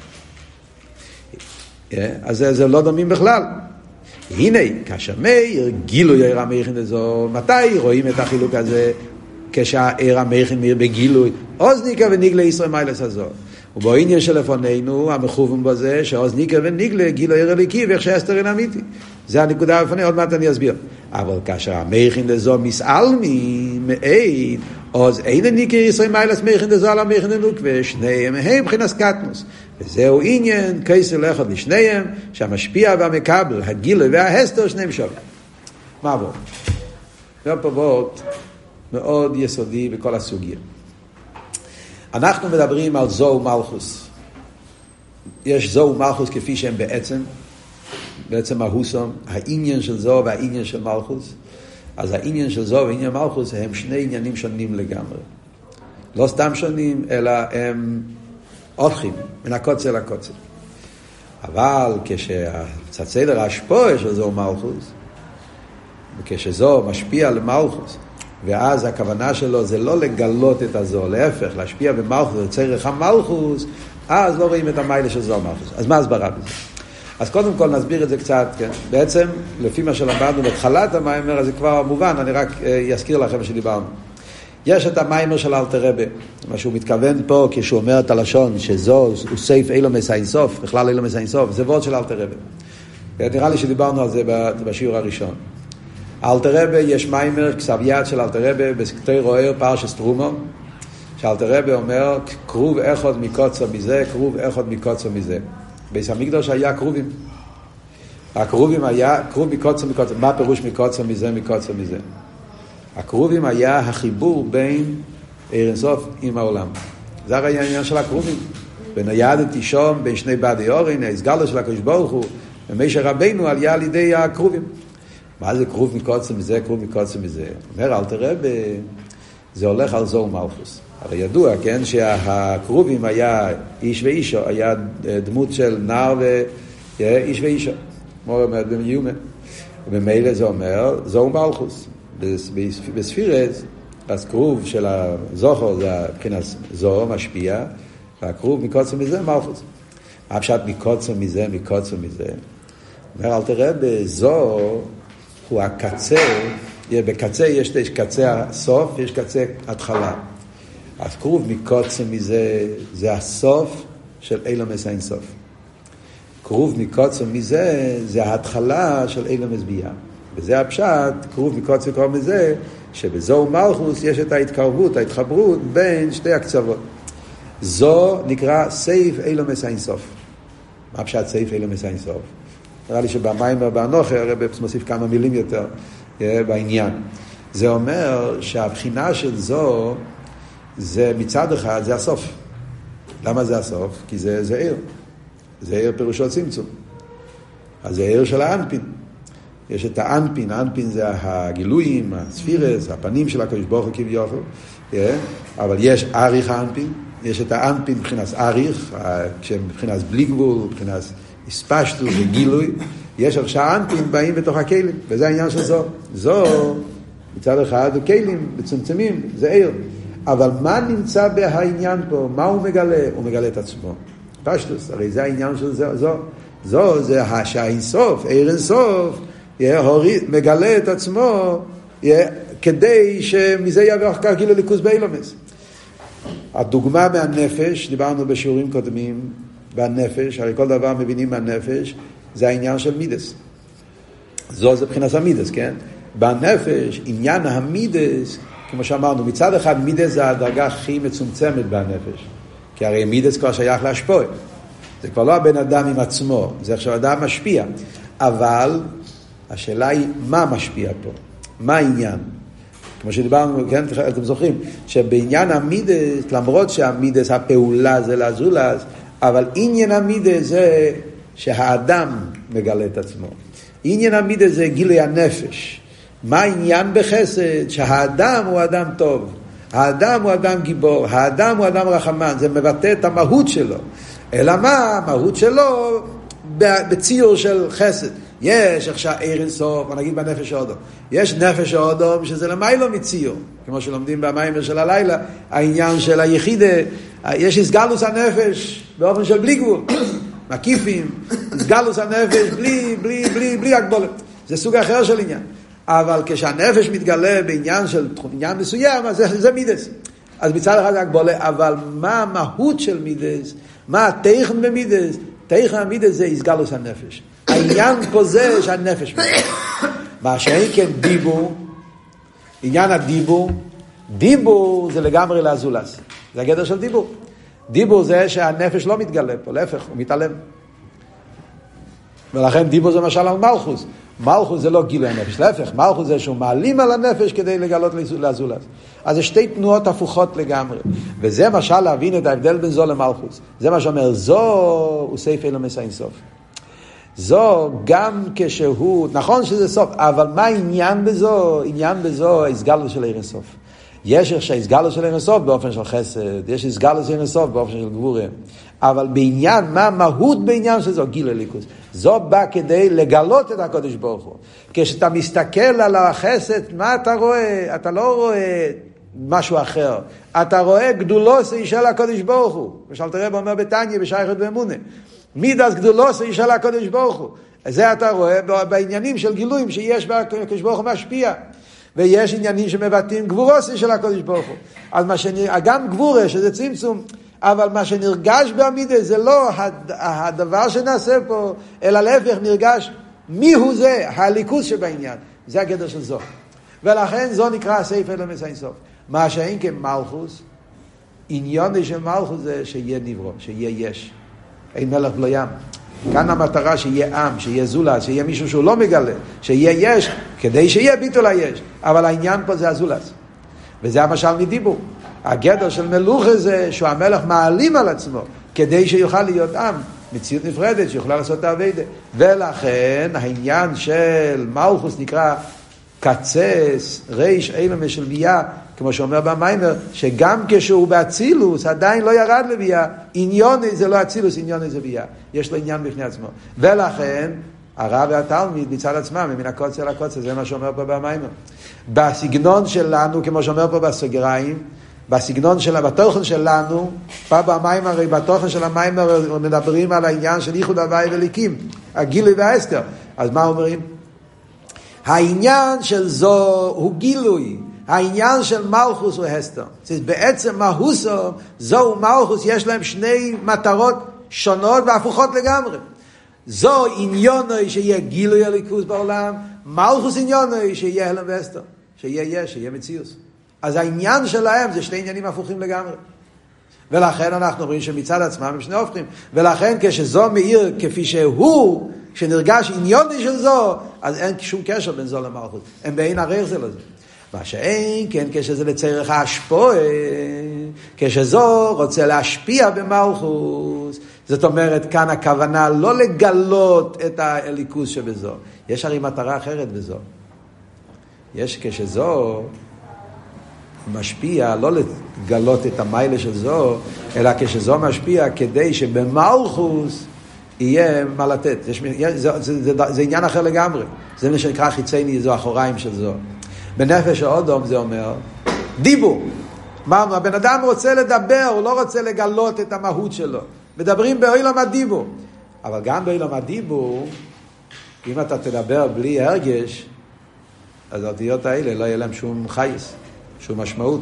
אז זה לא דומים בכלל. הנה, כאשר מאיר גילוי עיר המכין דזו, מתי רואים את החילוק הזה? כשהעיר המכין מאיר בגילוי, אוזניקה ונגלה ישראל מיילס הזו. ובעניין שלפנינו, המכוון בזה, שאוזניקה ונגלה גילוי עיר הליקי, ואיך שהסתר אין אמיתי. זה הנקודה בפני, עוד מעט אני אסביר. אבל כאשר המכין דזו מסעלמי, מעין, אז אין ניקר ישראל מיילס מכין דזו על המכין דנוק, ושניהם הם מבחינת קטנוס. וזהו עניין, כיסר לאחד לשניהם, שהמשפיע והמקבל, הגילוי וההסתר, שניהם שווים. מה עבור? זה פה באות מאוד יסודי בכל הסוגיה. אנחנו מדברים על זו ומלכוס. יש זו ומלכוס כפי שהם בעצם ההוסום, העניין של זו והעניין של מלכוס. אז העניין של זו והעניין מלכוס הם שני עניינים שונים לגמרי. לא סתם שונים, אלא הם הופכים מן הקוצר לקוצר. אבל כשהסדר ההשפועה של זו מלכוס, וכשזו משפיע למלכוס, ואז הכוונה שלו זה לא לגלות את הזו, להפך, להשפיע במלכוס, לצריך המלכוס, אז לא רואים את המיילה של זו מלכוס. אז מה הסברה בזה? אז קודם כל נסביר את זה קצת, כן? בעצם, לפי מה שלמדנו בתחילת המיימר, זה כבר מובן, אני רק אזכיר לכם שדיברנו. יש את המיימר של אלתר רבי, מה שהוא מתכוון פה כשהוא אומר את הלשון, שזו הוא סייף אילומס האינסוף, בכלל אילומס האינסוף, זה וורד של אלתר רבי. נראה לי שדיברנו על זה בשיעור הראשון. אלתר רבי, יש מיימר, כסב יד של אלתר רבי, בסקטי רוער פרשס תרומו, שאלתר רבי אומר, קרוב אחד מקוצר מזה, קרוב אחד מקוצר מזה. בית המקדוש היה קרובים. הקרובים היה, קרוב מקוצר מקוצר. מה פירוש מקוצר מזה, מקוצר מזה? הקרובים היה החיבור בין עיר אינסוף עם העולם. זה הרי העניין של הקרובים. וניידתי שם בין שני בדי אורין, הסגלו של הקדוש ברוך הוא, ומשה רבינו עליה על ידי הקרובים. מה זה קרוב מקוצר מזה, קרוב מקוצר מזה? אומר אלתר רבי, זה הולך על זו ומלכוס. הרי ידוע, כן, שהקרובים היה איש ואישו, היה דמות של נער ואיש ואישו. כמו אומרת במיומן. ובמילא זה אומר, זו ומלכוס. בספירס, אז קרוב של הזוכר, זה מבחינת זו, משפיע, והקרוב מקוצר מזה, מלכוס. מה פשט מקוצר מזה, מקוצר מזה? אומר אלתר רבי, זו הוא הקצה בקצה יש קצה הסוף, יש קצה התחלה. אז קרוב מקוצר מזה, זה הסוף של אילומס אין סוף. קרוב מקוצר מזה, זה ההתחלה של אילומס ביה. וזה הפשט, קרוב מקוצר קרוב מזה, שבזו מלכוס יש את ההתקרבות, ההתחברות בין שתי הקצוות. זו נקרא סייף אילומס אין סוף. מה פשט סייף אילומס אין סוף? נראה לי שבמיימר באנוכר הרב מוסיף כמה מילים יותר בעניין. זה אומר שהבחינה של זו, זה מצד אחד, זה הסוף. למה זה הסוף? כי זה עיר. זה עיר פירושו צמצום. אז זה עיר של האנפין. יש את האנפין, האנפין זה הגילויים, הספירס, הפנים של הקדוש ברוך הוא כביכול. אבל יש אריך האנפין, יש את האנפין מבחינת אריך, מבחינת בלי גבול, מבחינת הספשטות וגילוי. יש עכשיו האנפין באים בתוך הכלים, וזה העניין של זו. זו, מצד אחד, הוא כלים מצומצמים, זה עיר. אבל מה נמצא בהעניין פה? מה הוא מגלה? הוא מגלה את עצמו. פשטוס, הרי זה העניין של זו. זו זה שהאינסוף, עיר אינסוף, מגלה את עצמו, כדי שמזה יעבור כך כאילו ליכוז באילומס. הדוגמה מהנפש, דיברנו בשיעורים קודמים, בנפש, הרי כל דבר מבינים מהנפש, זה העניין של מידס. זו זה בחינת המידס, כן? בנפש, עניין המידס, כמו שאמרנו, מצד אחד מידס זה הדרגה הכי מצומצמת בנפש. כי הרי מידס כבר שייך להשפוע. זה כבר לא הבן אדם עם עצמו, זה עכשיו אדם משפיע. אבל השאלה היא, מה משפיע פה? מה העניין? כמו שדיברנו, כן, אתם זוכרים, שבעניין המידס, למרות שהמידס, הפעולה זה לזולז, אבל עניין המידס זה שהאדם מגלה את עצמו. עניין המידס זה גילוי הנפש. מה העניין בחסד? שהאדם הוא אדם טוב. האדם הוא אדם גיבור. האדם הוא אדם רחמן. זה מבטא את המהות שלו. אלא מה? המהות שלו בציור של חסד. יש עכשיו עיר אינסוף, נגיד בנפש האודום. יש נפש האודום שזה למיילו מציור. כמו שלומדים במיימר של הלילה, העניין של היחידה, יש הסגלוס הנפש באופן של בלי גבול. מקיפים, הסגלוס הנפש בלי הגבולת. זה סוג אחר של עניין. אבל כשהנפש מתגלה בעניין של עניין מסוים, אז זה מידס. אז מצד אחד זה הגבולה, אבל מה המהות של מידס? מה התכן במידס? תכן המידס זה הסגלוס הנפש. העניין פה זה שהנפש מתגלה. מה שאין כן דיבור, עניין הדיבור, דיבור זה לגמרי להזולס. זה הגדר של דיבור. דיבור זה שהנפש לא מתגלה פה, להפך, הוא מתעלם. ולכן דיבור זה משל על מלכוס. מלכוס זה לא גילוי הנפש, להפך, מלכוס זה שהוא מעלים על הנפש כדי לגלות להזולס. אז זה שתי תנועות הפוכות לגמרי. וזה משל להבין את ההבדל בין זו למלכוס. זה מה שאומר, זו הוא סייף אילומס אין סוף. זו גם כשהוא, נכון שזה סוף, אבל מה העניין בזו? עניין בזו ההסגלות של עיר סוף. יש שההסגלות של עיר סוף באופן של חסד, יש הסגלות של עיר סוף באופן של גבורה. אבל בעניין, מה המהות בעניין של זו? גיל הליכוס. זו בא כדי לגלות את הקדוש ברוך הוא. כשאתה מסתכל על החסד, מה אתה רואה? אתה לא רואה משהו אחר. אתה רואה גדולוסי של הקדוש ברוך הוא. ושאל תראה אומר בתניא בשייכות ואמונה. מידס גדולוסי של הקדוש ברוך הוא. זה אתה רואה בעניינים של גילויים שיש בקדוש ברוך הוא משפיע. ויש עניינים שמבטאים גבורוסי של הקדוש ברוך הוא. אז גם גבורה שזה צמצום, אבל מה שנרגש בעמידה זה לא הדבר שנעשה פה, אלא להפך נרגש מי הוא זה, הליכוז שבעניין. זה הגדר של זו. ולכן זו נקרא סייף אילומס אין סוף. מה שאין כמלכוס, עניון של מלכוס זה שיהיה נברא, שיהיה יש. אין מלך בלא ים. כאן המטרה שיהיה עם, שיהיה זולת, שיהיה מישהו שהוא לא מגלה, שיהיה יש, כדי שיהיה ביטול היש. אבל העניין פה זה הזולת. וזה המשל מדיבור. הגדר של מלוכה זה שהוא המלך מעלים על עצמו, כדי שיוכל להיות עם, מציאות נפרדת, שיוכלה לעשות את העבודה. ולכן העניין של מלכוס נקרא קצס, ריש, אילומס של ביה, כמו שאומר במיימר, שגם כשהוא באצילוס, עדיין לא ירד לבייה, עניוני זה לא אצילוס, עניוני זה ביה. יש לו עניין בפני עצמו. ולכן, הרב והתלמיד מצד עצמם, מן הקוצר לקוצר, זה מה שאומר פה במיימר. בסגנון שלנו, כמו שאומר פה בסוגריים, בסגנון של, בתוכן שלנו, פה במיימר, בתוכן של המיימר, מדברים על העניין של ייחוד הוואי וליקים, הגילוי והאסתר. אז מה אומרים? העניין של זו הוא גילוי, העניין של מלכוס הוא הסתר. בעצם מהוסו, זו ומלכוס יש להם שני מטרות שונות והפוכות לגמרי. זו עניונוי שיהיה גילוי הליכוז בעולם, מלכוס עניונוי שיהיה הלם והסתר, שיהיה יש, שיהיה מציאוס. אז העניין שלהם זה שני עניינים הפוכים לגמרי. ולכן אנחנו רואים שמצד עצמם הם שני הופכים. ולכן כשזו מאיר כפי שהוא, כשנרגש עניוני של זו, אז אין שום קשר בין זו למלכות. הם באין ערך זה לזה. מה שאין, כן, כשזה לצריך ההשפועה, כשזו רוצה להשפיע במלכות, זאת אומרת, כאן הכוונה לא לגלות את הליכוז שבזו. יש הרי מטרה אחרת בזו. יש כשזו משפיע, לא לגלות את המיילה של זו, אלא כשזו משפיע כדי שבמלכוס יהיה מה לתת. זה עניין אחר לגמרי. זה מה שנקרא חיצייני, זו אחוריים של זו. בנפש האודום זה אומר, דיבור. מה, הבן אדם רוצה לדבר, הוא לא רוצה לגלות את המהות שלו. מדברים בעולם הדיבור. אבל גם בעולם הדיבור, אם אתה תדבר בלי הרגש, אז האותיות האלה לא יהיה להם שום חייס, שום משמעות.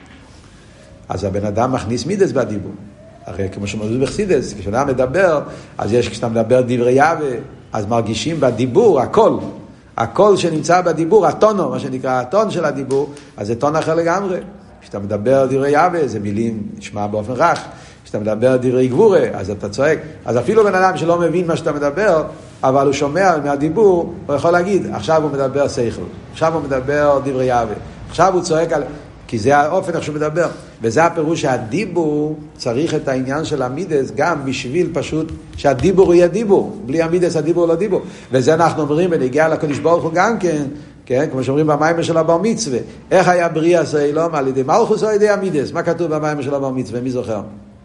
אז הבן אדם מכניס מידס בדיבור. הרי כמו שמודד בחסידס, כשאדם מדבר, אז יש כשאתה מדבר דברי יווה, אז מרגישים בדיבור, הכל שנמצא בדיבור, הטונו, מה שנקרא הטון של הדיבור, אז זה טון אחר לגמרי. כשאתה מדבר דברי יווה, זה מילים נשמע באופן רך. כשאתה מדבר דברי גבורה, אז אתה צועק. אז אפילו בן אדם שלא מבין מה שאתה מדבר, אבל הוא שומע מהדיבור, הוא יכול להגיד, עכשיו הוא מדבר שכל, עכשיו הוא מדבר דברי יווה, עכשיו הוא צועק על... כי זה האופן איך שהוא מדבר. וזה הפירוש שהדיבור צריך את העניין של המידס גם בשביל פשוט שהדיבור יהיה דיבור. בלי המידס הדיבור לא דיבור. וזה אנחנו אומרים בנגיעה לקדוש ברוך הוא גם כן, כן? כמו שאומרים במיימר של הבר מצווה. איך היה בריאה סוילום על ידי מלכוס או על ידי המידס? מה כתוב במיימר של הבר מצווה? מי זוכר?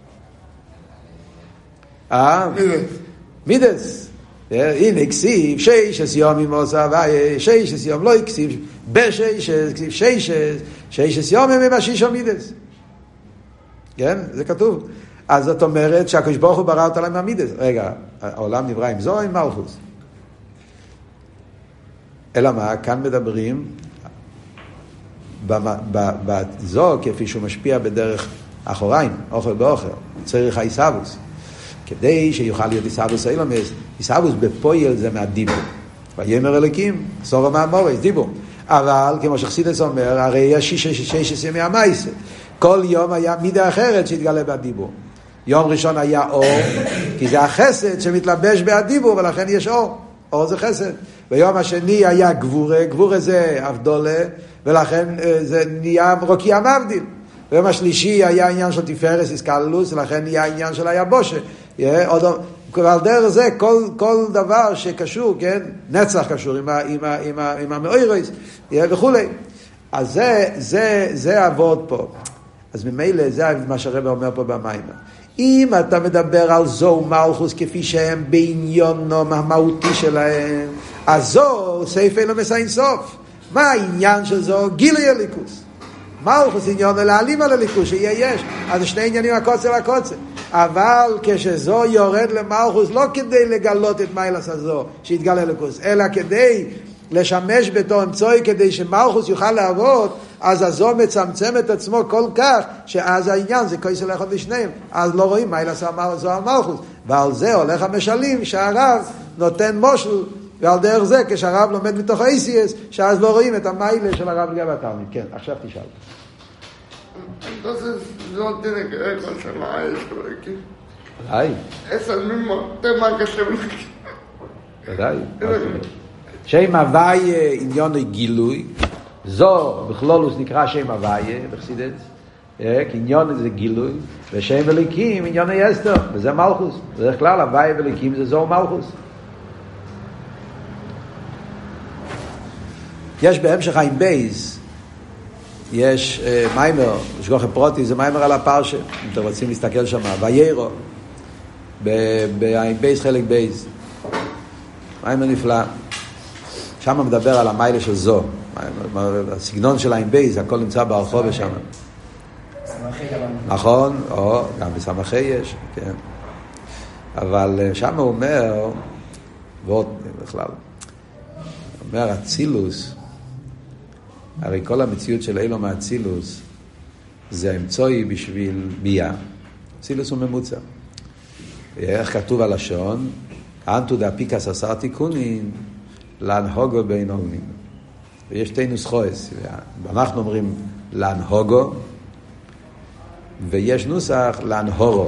מידס. הנה כסיב, שש יומים עושה הוויה, שש יום לא כסיב, שש יומים הם השישו מידס. כן? זה כתוב. אז זאת אומרת שהקדוש ברוך הוא ברא אותה להם המידס. רגע, העולם נברא עם זו או עם מלכוס? אלא מה? כאן מדברים בזו כפי שהוא משפיע בדרך אחוריים, אוכל באוכל, צריך הישאבוס. כדי שיוכל להיות איסאבוס אילומס, איסאבוס בפויל זה מהדיבור. ויאמר אלוקים, סורו מהמורס, דיבור. אבל כמו שחסידס אומר, הרי יש שש ימי המייסה. כל יום היה מידה אחרת שהתגלה בדיבור. יום ראשון היה אור, כי זה החסד שמתלבש בהדיבור, ולכן יש אור. אור זה חסד. ביום השני היה גבורה, גבורה זה אבדולה, ולכן זה נהיה רוקיע מבדיל. ביום השלישי היה עניין של תפארס איסקללוס, ולכן נהיה עניין של היבושה. ועל דרך זה כל דבר שקשור, כן, נצח קשור עם המאוירוס וכו'. אז זה עבוד פה. אז ממילא זה מה שהרב אומר פה במיימר. אם אתה מדבר על זו מלכוס כפי שהם בעניונו המהותי שלהם, אז זו סעיף אלו מסעים סוף. מה העניין של זו? גילוי הליכוס. מלכוס עניון להעלים על הליכוס שיהיה יש. אז שני עניינים הקוצר והקוצר. אבל כשזו יורד למלכוס לא כדי לגלות את מיילס הזו שיתגלה ליכוס, אלא כדי לשמש בתור אמצעי כדי שמלכוס יוכל לעבוד, אז הזו מצמצם את עצמו כל כך שאז העניין זה כויסל אחד לשניהם, אז לא רואים מיילס זו המלכוס. ועל זה הולך המשלים שהרב נותן מושל, ועל דרך זה כשהרב לומד מתוך האיסיאס שאז לא רואים את המיילה של הרב לגבי התלמיד. כן, עכשיו תשאל. Entonces no tiene que ver con ser maestro aquí. Ay. Es el mismo tema que se bloquea. ודאי. שם הוויה עניון גילוי, זו בכלולוס נקרא שם הוויה בחסידות, כי עניון זה גילוי, ושם אלוקים עניון אסתר, וזה מלכוס. בדרך כלל הוויה ואלוקים זה זו מלכוס. יש בהמשך עם בייס, יש מיימר, שגוח פרוטי, זה מיימר על הפרשה, אם אתם רוצים להסתכל שם, ויירו, בעין בייס חלק בייס, מיימר נפלא, שם מדבר על המיילה של זו, הסגנון של עין בייס, הכל נמצא ברחוב שם. נכון, או, גם בסמכי יש, כן. אבל שם הוא אומר, ועוד בכלל, אומר אצילוס, הרי כל המציאות של אילום האצילוס זה האמצעי בשביל בייה. אצילוס הוא ממוצע. איך כתוב הלשון? אנטו דאפיקס עשר תיקונים להנהוגו בין עולמים. ויש שתי נוסחויות. אנחנו אומרים להנהוגו, ויש נוסח להנהורו.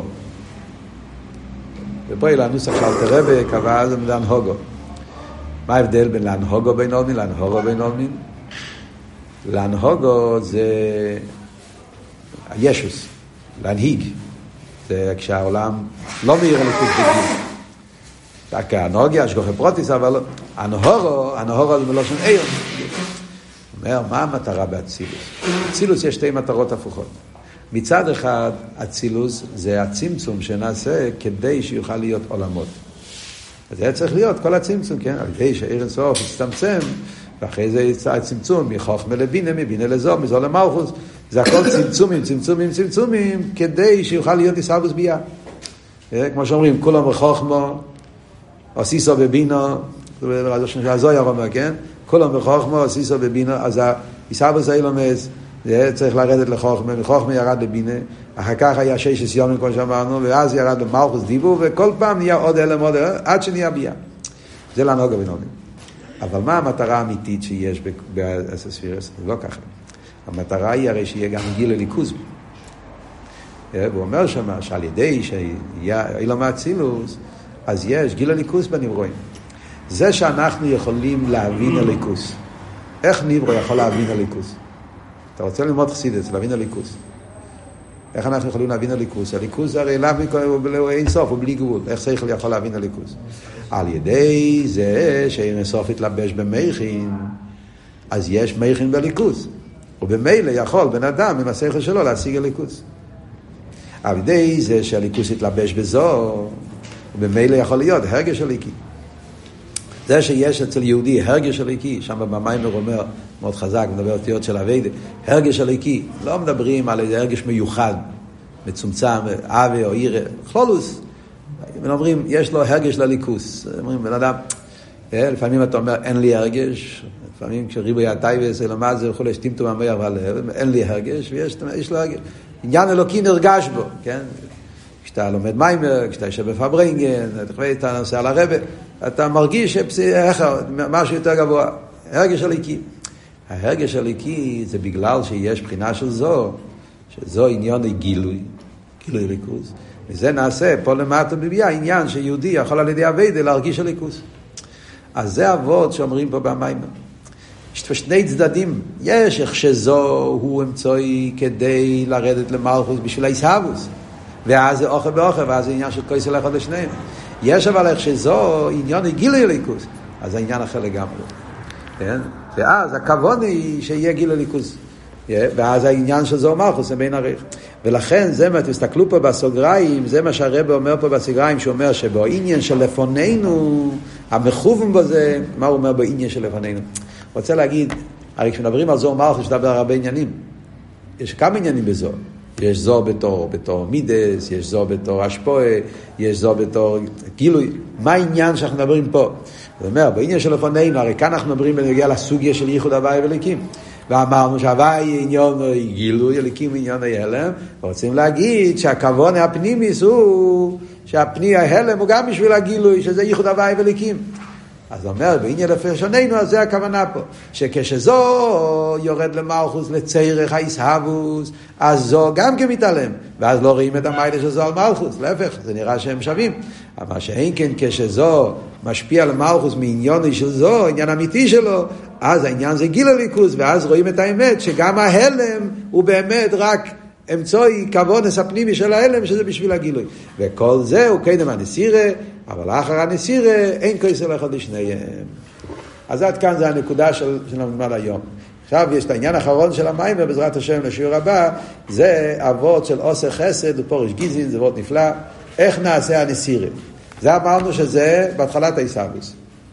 ופה היא לנוסח של תרבה קבע זה להנהוגו. מה ההבדל בין להנהוגו בין עולמים להנהורו בין עולמים? להנהוגו זה הישוס, להנהיג. זה כשהעולם לא מאיר הליכוז בגיל. רק הנהוגיה, השגוחי פרוטיס, אבל הנהורו זה מלושן עיר. אומר, מה המטרה באצילוס? באצילוס יש שתי מטרות הפוכות. מצד אחד, אצילוס זה הצמצום שנעשה כדי שיוכל להיות עולמות. אז זה צריך להיות כל הצמצום, כן? על ידי שעיר אינסוף יצטמצם, ואחרי זה יצא הצמצום מחוכמה לבינה, מבינה לזו, מזו למלכוס. זה הכל צמצומים, כדי שיוכל להיות ישרדוס ביה. כמו שאומרים, כולם בחוכמה, עשיסו בבינה, הזויה אומר, כן? כולם בחוכמה, עשיסו בבינה, אז ישרדוס האילומס, זה צריך לרדת לחוכמה, מחוכמה ירד לבינה, אחר כך היה 6 ימים, כמו שאמרנו, ואז ירד למלכוס דיבור, וכל פעם נהיה עוד אלם, עד שנהיה ביה. זה להנהוגה בין עולמים. אבל מה המטרה האמיתית שיש בספירס? זה לא ככה. המטרה היא הרי שיהיה גם גיל הליכוז. הוא אומר שמה, שעל ידי שיהיה אילום האצילוס, אז יש גיל הליכוז בנברואים. זה שאנחנו יכולים להבין הליכוז. איך נברוא יכול להבין הליכוז? אתה רוצה ללמוד חסידות, להבין הליכוז. איך אנחנו יכולים להבין הליכוז? הליכוז הרי לא אין סוף, הוא בלי גבול. איך שכל יכול להבין הליכוז? על ידי זה שאין סוף יתלבש במכין, אז יש מכין בליכוז. ובמילא יכול בן אדם עם השכל שלו להשיג הליכוז. על ידי זה שהליכוז יתלבש בזו, ובמילא יכול להיות הרגש הליקי. זה שיש אצל יהודי הרגש הליקי, שם במיימר אומר מאוד חזק, מדבר אותיות של הווידה, הרגש הליקי, לא מדברים על איזה הרגש מיוחד, מצומצם, אבי או עירה, חלולוס. אומרים, יש לו הרגש לליכוס. אומרים, בן אדם, לפעמים אתה אומר, אין לי הרגש, לפעמים כשריבוי הטייבס, למד זה וכולי, שטימתו מהמח והלב, אין לי הרגש, ויש לו הרגש. עניין אלוקי נרגש בו, כן? כשאתה לומד מיימר, כשאתה יושב בפברינגן, אתה נוסע על הרבא, אתה מרגיש משהו יותר גבוה. הרגש הליקי. ההרגש הליקי זה בגלל שיש בחינה של זו, שזו עניין גילוי ליכוז. וזה נעשה פה למטה בביאה, עניין שיהודי יכול על ידי הווידה להרגיש הליכוז. אז זה אבות שאומרים פה במיימר. יש שני צדדים. יש איך שזו הוא אמצעי כדי לרדת למלכוס בשביל הישהבוס. ואז זה אוכל באוכל, ואז זה עניין של כויסל אחד לשניהם. יש אבל איך שזו עניין גילוי ליכוז. אז העניין אחר לגמרי. כן? ואז הכוון היא שיהיה גילוי ליכוז. ואז העניין של זו מלכוס זה בין עריך. ולכן זה מה תסתכלו פה בסוגריים, זה מה שהרבא אומר פה בסוגריים, שאומר שבעניין של לפנינו, המכוון בזה, מה הוא אומר בעניין של לפנינו? רוצה להגיד, הרי כשמדברים על זו מלכוס, יש דבר הרבה עניינים. יש כמה עניינים בזו. יש זו בתור מידס, יש זו בתור השפועה, יש זו בתור גילוי. מה העניין שאנחנו מדברים פה? זאת אומרת, בעניין של לפנינו, הרי כאן אנחנו מדברים בנוגע לסוגיה של ייחוד הוואי וליקים. ואמרנו שהוואי עניין גילוי, הליקים עניין ההלם, ורוצים להגיד שהכוון הפנימיס הוא שהפני ההלם הוא גם בשביל הגילוי, שזה ייחוד הוואי וליקים. אז אומר, בעניין לפרשוננו, אז זה הכוונה פה, שכשזו יורד למלכוס לצריך הישהבוס, אז זו גם כמתעלם, ואז לא רואים את המיילה של זו על מלכוס, להפך, זה נראה שהם שווים. אבל שאין כן כשזו משפיע על מלכוס מעניוני של זו, עניין אמיתי שלו, אז העניין זה גיל הליכוס, ואז רואים את האמת, שגם ההלם הוא באמת רק אמצעי כוונס הפנימי של ההלם, שזה בשביל הגילוי. וכל זה הוא קדם הנסירה, אבל אחר הנסירה אין כסל אחד לשניהם. אז עד כאן זה הנקודה של נלמד היום. עכשיו יש את העניין האחרון של המים, ובעזרת השם לשיעור הבא, זה אבות של עושר חסד ופורש גיזין, זה אבות נפלא. איך נעשה הנסירה? זה אמרנו שזה בהתחלת הישהבוס.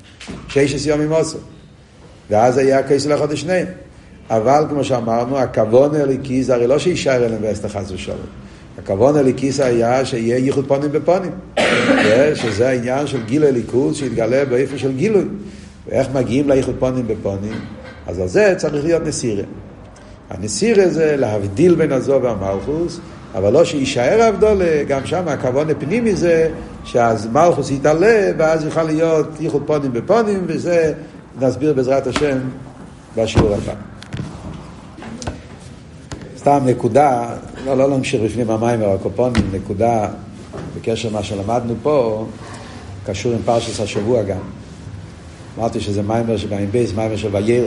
6 ימים עושה. ואז היה כסל אחד לשניהם. אבל כמו שאמרנו, הכוון הליקיס, הרי לא שישאר אליהם ואסת חס ושלום. הכוון הליקיס היה שיהיה ייחוד פונים בפונים. שזה העניין של גיל הליכוז שהתגלה באיפה של גילוי. ואיך מגיעים לייחוד פונים בפונים? אז על זה צריך להיות נסירה. הנסירה זה להבדיל בין הזו והמלכוס, אבל לא שישאר הבדול, גם שם הכוון הפנימי זה שאז מלכוס יתעלה, ואז יוכל להיות ייחוד פונים בפונים, וזה נסביר בעזרת השם בשיעור הבא. סתם נקודה, לא נמשיך בפנים המים והקופונים, נקודה בקשר למה שלמדנו פה, קשור עם פרשת השבוע גם. אמרתי שזה מיימר שבאים בייס, מיימר של ויירו.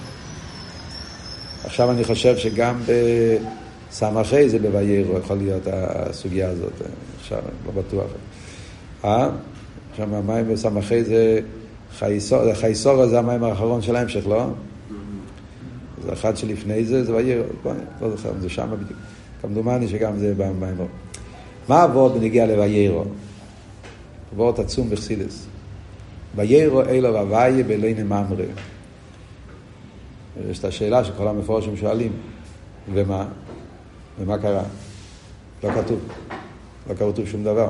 עכשיו אני חושב שגם בסמכי זה בוויירו יכול להיות הסוגיה הזאת. עכשיו לא בטוח. עכשיו המיימר בסמכי זה חייסור, זה המיימר האחרון של ההמשך, לא? זה אחד שלפני זה ויירו. לא זוכר, זה שם בדיוק. כמדומני שגם זה במיימר. מה עבוד בנגיע לוויירו? עבוד עצום בחסידס. ויירו אלו והוויה בלי נממרה. יש את השאלה שכל המפורשים שואלים, ומה קרה? לא כתוב. לא כתוב שום דבר.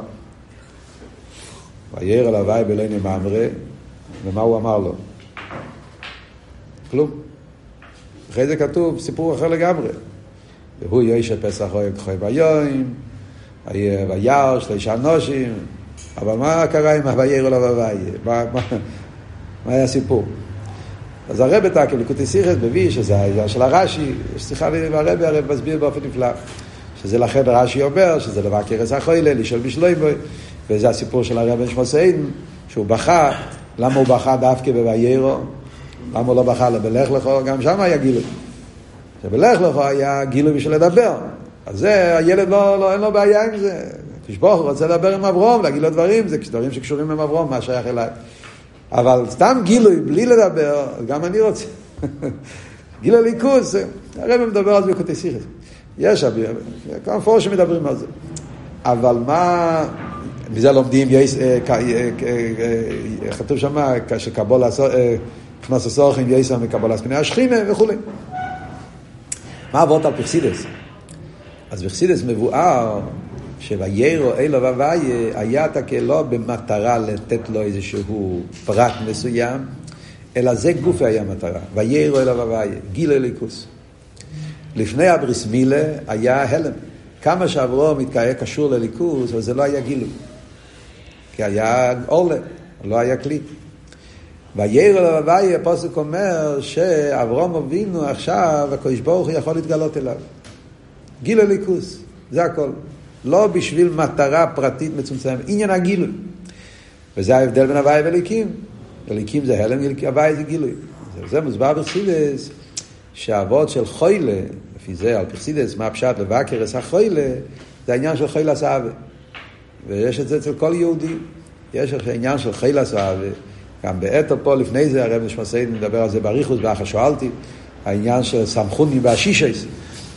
ויירו להוויה בלי נממרה, ומה הוא אמר לו? כלום. אחרי זה כתוב סיפור אחר לגמרי. והוא יוישה פסח אוהב כחוי ביום, ויער 3 אנושים, אבל מה קרה עם הוויירו להוויה? מה היה הסיפור? אז הרב תקל לקוטי סיכס מביא שזה היה של הרש"י, יש שיחה והרב מסביר באופן נפלא, שזה לכן הרש"י אומר שזה לבקר את החוילה, לשאול בשלוימו, וזה הסיפור של הרב בן שמוסיין, שהוא בכה. למה הוא בכה דווקא בוויירו? למה הוא לא בכה לבלך לכו? גם שם היה גילוי. שבלך לכו היה גילוי בשביל לדבר. אז זה, הילד אין לו בעיה עם זה. תשבוך, הוא רוצה לדבר עם אברום, להגיד לו דברים, זה דברים שקשורים עם אברום, מה שייך אליי. אבל סתם גילוי, בלי לדבר, גם אני רוצה. גילוי ליכוז, הרב מדבר על זה בקוטי סיכס. יש, כמה פור שמדברים על זה. אבל מה, מזה לומדים, כתוב שמה, שקבול כנוס הסורכים יסם וקבול הספני השכינה וכו'. מה עבוד על פרסידס? אז פרסידס מבואר, שויירו אלו והוויה היה תקה לא במטרה לתת לו איזשהו פרט מסוים, אלא זה גופי היה מטרה. ויירו אלו והוויה, גילה ליקוס. לפני הבריס מילה היה הלם. כמה שאברום היה קשור לליקוס, אבל זה לא היה גילוי. כי היה אורלה, לא היה כלי. ויירו אלו והוויה, הפוסק אומר שאברום אבינו עכשיו, הקדוש ברוך הוא יכול להתגלות אליו. גילה ליקוס, זה הכל. לא בשביל מטרה פרטית מצומצמת, עניין הגילוי. וזה ההבדל בין הוויה ואליקים. אליקים זה הלם, הוויה זה גילוי. זה מוסבר בחסידס, שהאבות של חוילה, לפי זה על בחסידס, מה פשט לבקר את החוילה, זה העניין של חוילה סאווה. ויש את זה אצל כל יהודי. יש העניין של חוילה סאווה. גם באתר פה לפני זה, הרב נשמע מדבר על זה בריחוס, באחר שואלתי, העניין של סמכוני והשישס.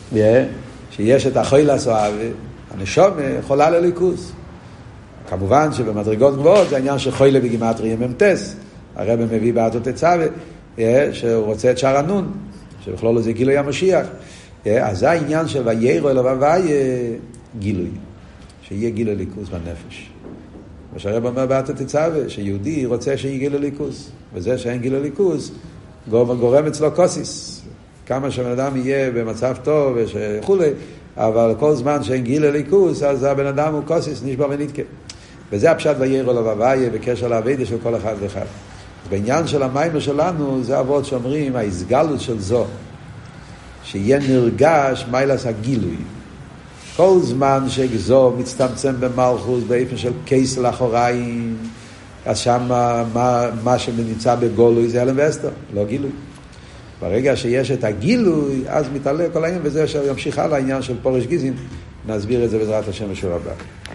שיש את החוילה סאווה, הנשום יכולה לליכוס. כמובן שבמדרגות גבוהות זה העניין של חוילה בגימטריה ממתס. הרב מביא באתו תצווה, שהוא רוצה את שער הנון, שבכלול לזה גילוי המשיח. אז זה העניין של ויירו אלו והוויה גילוי. שיהיה גילוי ליכוס בנפש. ושהרב אומר באתו תצווה, שיהודי רוצה שיהיה גילוי ליכוס. וזה שאין גילוי ליכוס, גורם אצלו קוסיס. כמה שבן אדם יהיה במצב טוב וכו', אבל כל זמן שאין גיל לליכוס, אז הבן אדם הוא קוסיס, נשבר ונתקה. וזה הפשט ויירו לו והוויה בקשר לעבודה של כל אחד ואחד. בעניין של המיימר שלנו, זה אבות שאומרים, ההסגלות של זו, שיהיה נרגש מיילס הגילוי. כל זמן שזו מצטמצם במלכוס, באיפן של קייס לאחוריים, אז שם מה שנמצא בגולוי זה הלם ואסתר, לא גילוי. ברגע שיש את הגילוי, אז מתעלה כל העניין, וזה שימשיך על העניין של פורש גיזין, נסביר את זה בעזרת השם בשיעור הבא.